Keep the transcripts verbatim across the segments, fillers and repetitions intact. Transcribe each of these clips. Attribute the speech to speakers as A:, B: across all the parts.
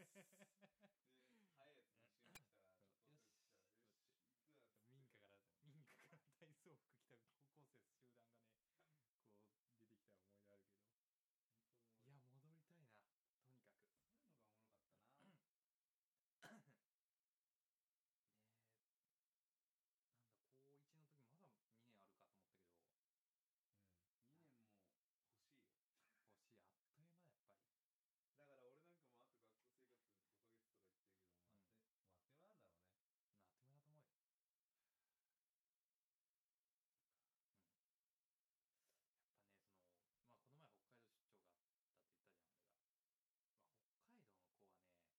A: 速いやつ一緒に来たらちょっと
B: よし
A: 来たらよし行くわっつって
B: 民家から民家から体操服着た高校生集団がねこう出てきた思い出あるけど、
A: 本当もう
B: いや戻りたいな、とにかく。
A: そういうのがおもろかったな
B: でなんだ高いちの時まだにねんあるかと思ったけど、
A: うんにねんも欲しいよ。
B: 欲しい、あっという間やっぱり。
A: だから俺なんかもあと学校生活ごかげつとか言ってるけど、まあ
B: うん
A: あっというまああっという間なんだろうね。
B: まああっという間だと思うよ。うん、やっぱねそのまあこの前北海道出張があったって言ったじゃん俺が。まあ、北海道の子はね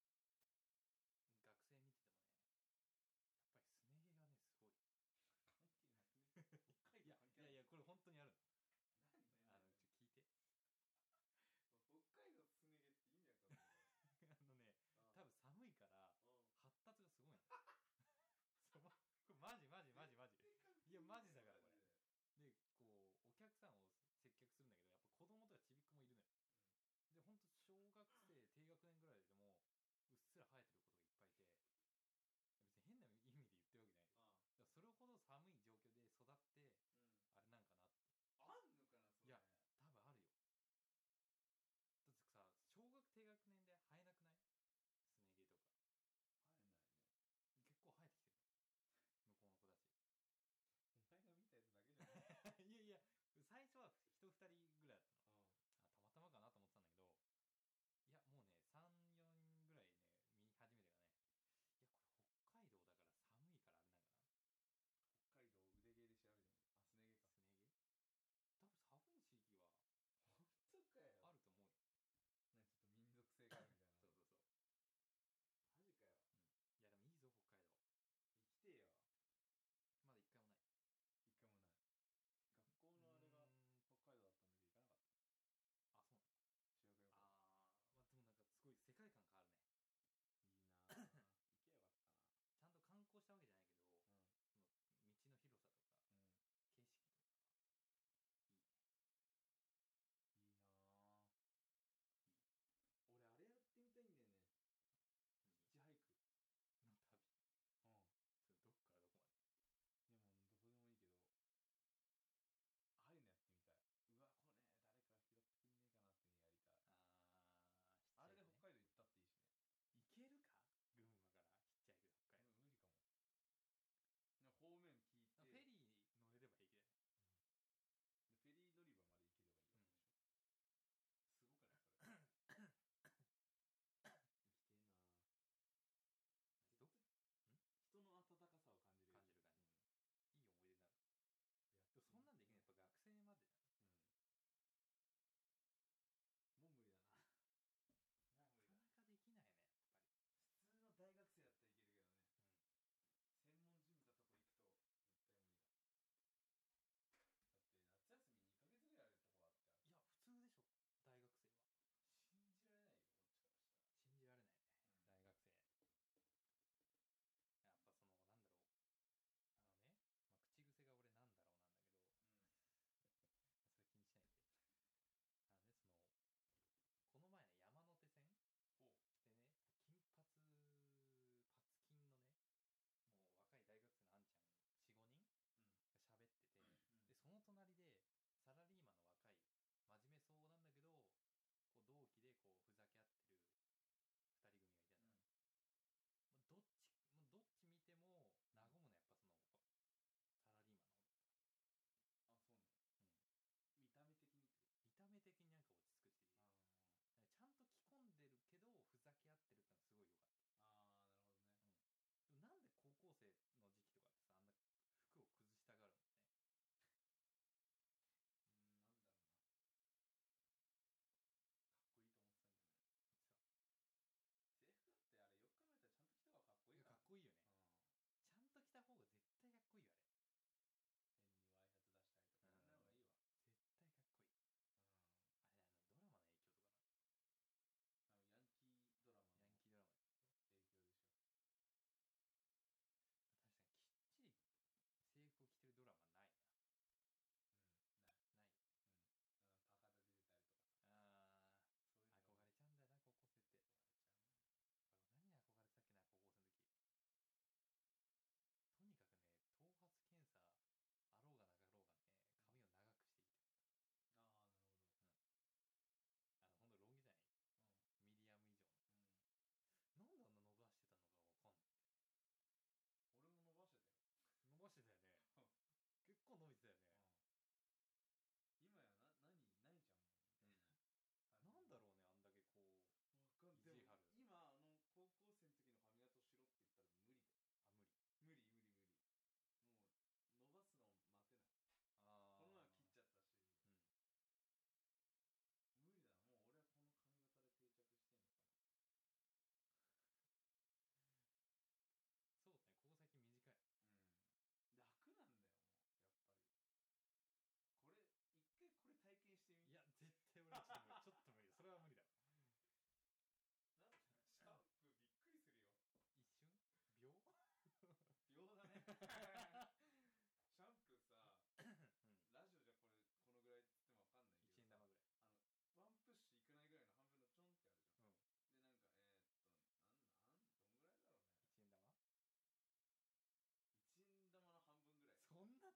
B: 学生見ててもねやっぱりすね毛がねすごい。
A: 関係なくね北海
B: いや
A: 道関係ない
B: いやいやこれ本当にある
A: 何何
B: の。あのちょっと聞いて
A: 北海道すね毛って意味わかんない
B: あのね
A: から
B: 多分寒いから
A: うん
B: 発達がすごいのそこれマジマジマジマジいやマジだからこれでこうお客さんを接客するんだけどやっぱ子供とかちびっ子もいるのよ。でほんと小学生低学年ぐらいでもうっすら生えてる子とかいっぱいいて、別に変な意味で言ってるわけじゃないよ。
A: あ
B: だからそれほど寒い状況で育って
A: うん
B: あれなんかなって。
A: あんのかなそれ。
B: いや多分あるよ。だってさ小学低学年で生えなくない？すね毛とか
A: 生えないね。
B: 結構生えてきてるの向こうの子たち
A: お前が見たやつだけじゃない
B: いやいや最初はひとふたりぐらいだったの。
A: うん
B: あたまたまかなと思ってたんだけど、いやもうねさんよ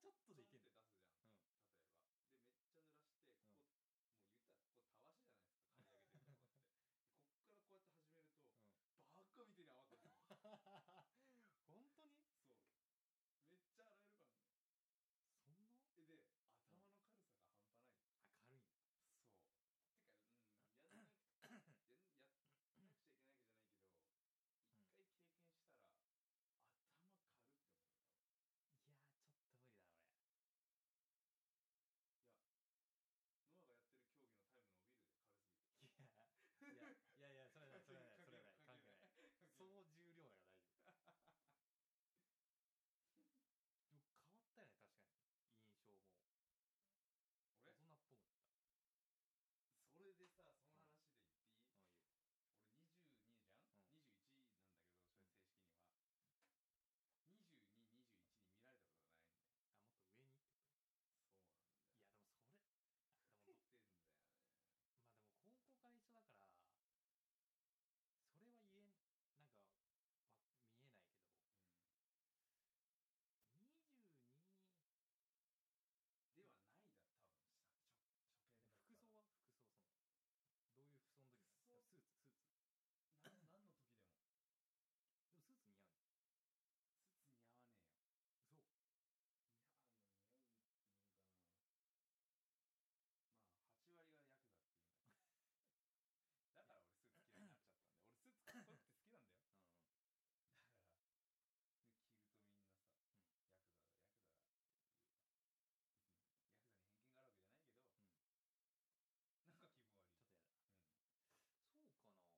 B: ちょっとでいけん
A: ちょ
B: だよ。
A: んって出すじゃん、
B: うん
A: 例えばでめっちゃ濡らしてここ、もう言ったらここたわしじゃないですか、刈り上げてるところってでこっからこうやって始めると、
B: うん。
A: バカみたいに泡立つの
B: 本当に？
A: そうめっちゃ洗えるからね。
B: そんな？
A: えで頭の軽さが半端ない、
B: あ、軽いんだ。
A: そうてかうんやんなくやんやんなくちゃいけないわけじゃないけど一回経験したら頭軽って思うよ多分。
B: いやー、ちょっと無理だな、俺。
A: いやノアがやってる競技のタイム伸びるで、軽すぎて。
B: いや、いや、いやいや、それはない、それはない、それはない、関係ない。総重量だから大丈夫。でも変わったよね、確かに。印象も。
A: 俺
B: 大人っぽくなった。
A: それでさ、その話で言っていい、
B: うん、いいよ。
A: 俺にじゅうにじゃん、
B: うん、
A: にじゅういちなんだけど、それ正式には、にじゅうに、にじゅういちに見られたことがないんだよ。
B: あ、もっと上にってこと？
A: そうなんだよ。
B: いや、でもそれ、あでも
A: 老けてんだよね。
B: まあでも高校から一緒だから、それは言えん、なんか、わ見えないけど、
A: うん。
B: にじゅうに、
A: ではないだ、多分さ、初初見だったら。
B: 服装は服装、その、どういう服装の時な
A: 服装
B: の？スーツ、スーツ。
A: なん何の時でも。
B: でもスーツ似合うんじ
A: スーツ似合わねえよ。
B: ゃん。そう。
A: 似合うの似合うってもんかな。まあはち割がヤクザって言うんだけどだから俺スーツ嫌いになっちゃったんだよ。俺スーツかっこよくて好きなんだよ。
B: うんうん。
A: だからで着るとみんなさ、
B: うん、
A: ヤクザだヤクザだって言うから、別にヤクザに偏見があるわけじゃないけど、
B: うん、
A: なんか気分悪い。
B: ちょっとやだ。
A: うん。
B: そうかな。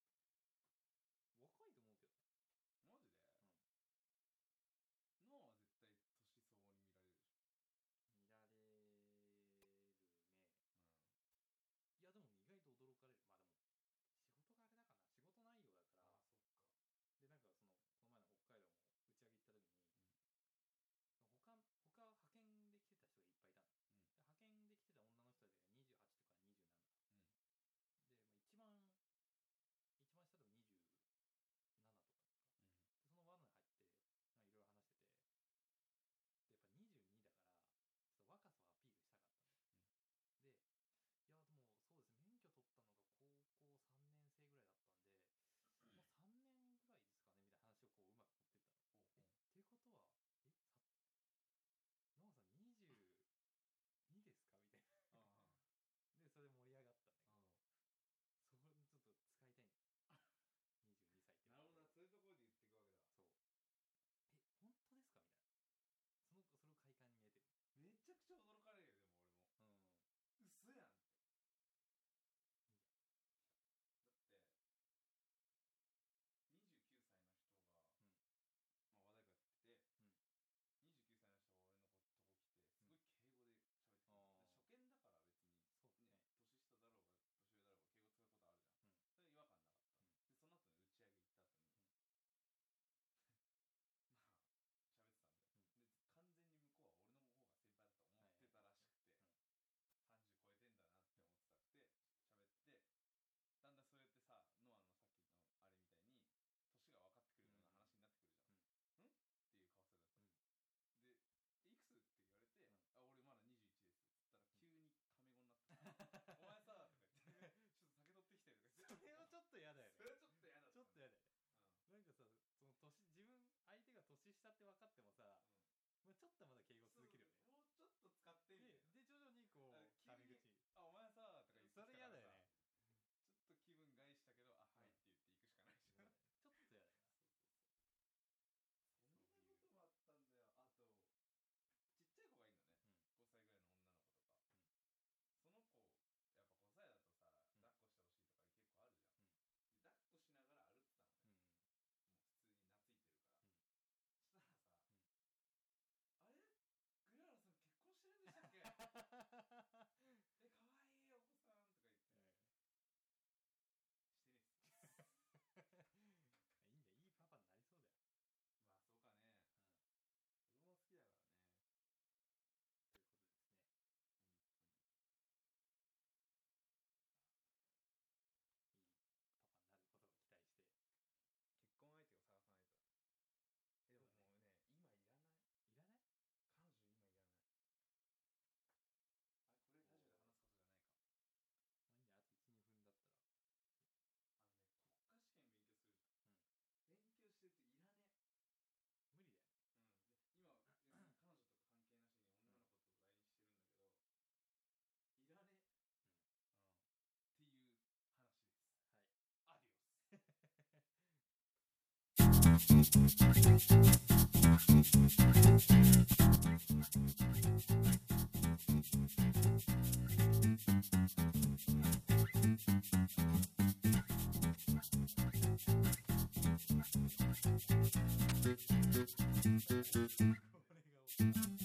B: 若いと思うけどね。
A: マジで、
B: うん。
A: ノアは絶対年相応に見られるでしょ。
B: 見られるね。
A: うん。
B: いやでも意外と驚かれる。まあでも仕事があれだかな、仕事内容だから。
A: ああそっか。
B: でなんかそのこの前の北海道も打ち上げ行った時に、
A: うん。
B: その他他派遣で来てた人がいっぱいいたの。
A: うん。
B: で派遣で来てた女の人たちがにじゅうはちとかにじゅうなな
A: うん。
B: で、まあ、一番一番下でもにじゅうななとかか、
A: うん。
B: でその輪に入っていろいろ話してて、でやっぱにじゅうにだからちょっと若さをアピールしたかったんだよ、
A: うん、
B: でいやでもそうですね、免許取ったのが高校さんねん生ぐらいだったんでもうさんねんぐらいですかねみたいな話をこううまく持ってったのよ。
A: ほうほう。
B: えってことはえさノアさんにじゅうにですかみたいな
A: あ
B: でそれで盛り上がったんだけ
A: あ
B: ど、それちょっと使いたいんだよにじゅうにさいっていう
A: なるほどな、
B: ワードを。
A: そういうところで言っていくわけだ。
B: そうえ本当ですかみたいな、そのそれを快感に見えてる。
A: めちゃくちゃ驚かれるよ。でも俺も
B: うん
A: 嘘やんって。
B: いや
A: だってにじゅうきゅうさいの人が、
B: うん
A: まあ、和太鼓やってて、
B: うん、
A: にじゅうきゅうさいの人が俺のとこ来てすごい敬語で喋ってくる、
B: うん、
A: 初見だから別に
B: そうだね、
A: 年下だろうが年上だろうが敬語使うことあるじゃん、
B: うん
A: それ違和感なかった、
B: うん、
A: でその後に打ち上げ行った後に、
B: うん
A: まあ喋ってたんだよ、
B: うん、
A: で完全に向こうは俺の方が先輩だと思ってたらしくて、さんじゅう超えてんだなって思ってたくて喋ってて、だんだんそうやってさノアのさっきのあれみたいに年が分かってくるような話になってくるじゃん、うん、んっていう顔された、うん、でいくつって言われて、うん、あ俺まだにじゅういちですっつったら急にタメ語になったお前さとか言ってちょっと酒取ってきてとか言って
B: それはちょっと嫌だよね
A: それはちょっと嫌だった
B: ちょっと嫌だよね、うん、なんかさその年自分相手が年下って分かってもさ、うんまあ、ちょっとまだ敬語続けるよね。
A: もうちょっと使ってみて
B: で、で徐々にこうタメ口
A: あお前さとか言ってきたからさ、
B: それ嫌だよね。
A: ちょっと気分害したけどあはいって言っていくしかないじゃん、うん、
B: ちょっと嫌だよな。
A: そうそうそうそんなこともあったんだよ。あとちっちゃい子がいいのね、うん、ごさいぐらいの女の子とか、うん、その子やっぱごさいだとさ、うん、抱っこしてほしいとか結構あるじゃん、うん、で抱っこしながら歩ってたのね、うん、もう普通に懐いてるから、うん、そしたらさ、うん、あれ栗原さん結婚してるんでしたっけえ可愛いお子さんとか言って、
B: これが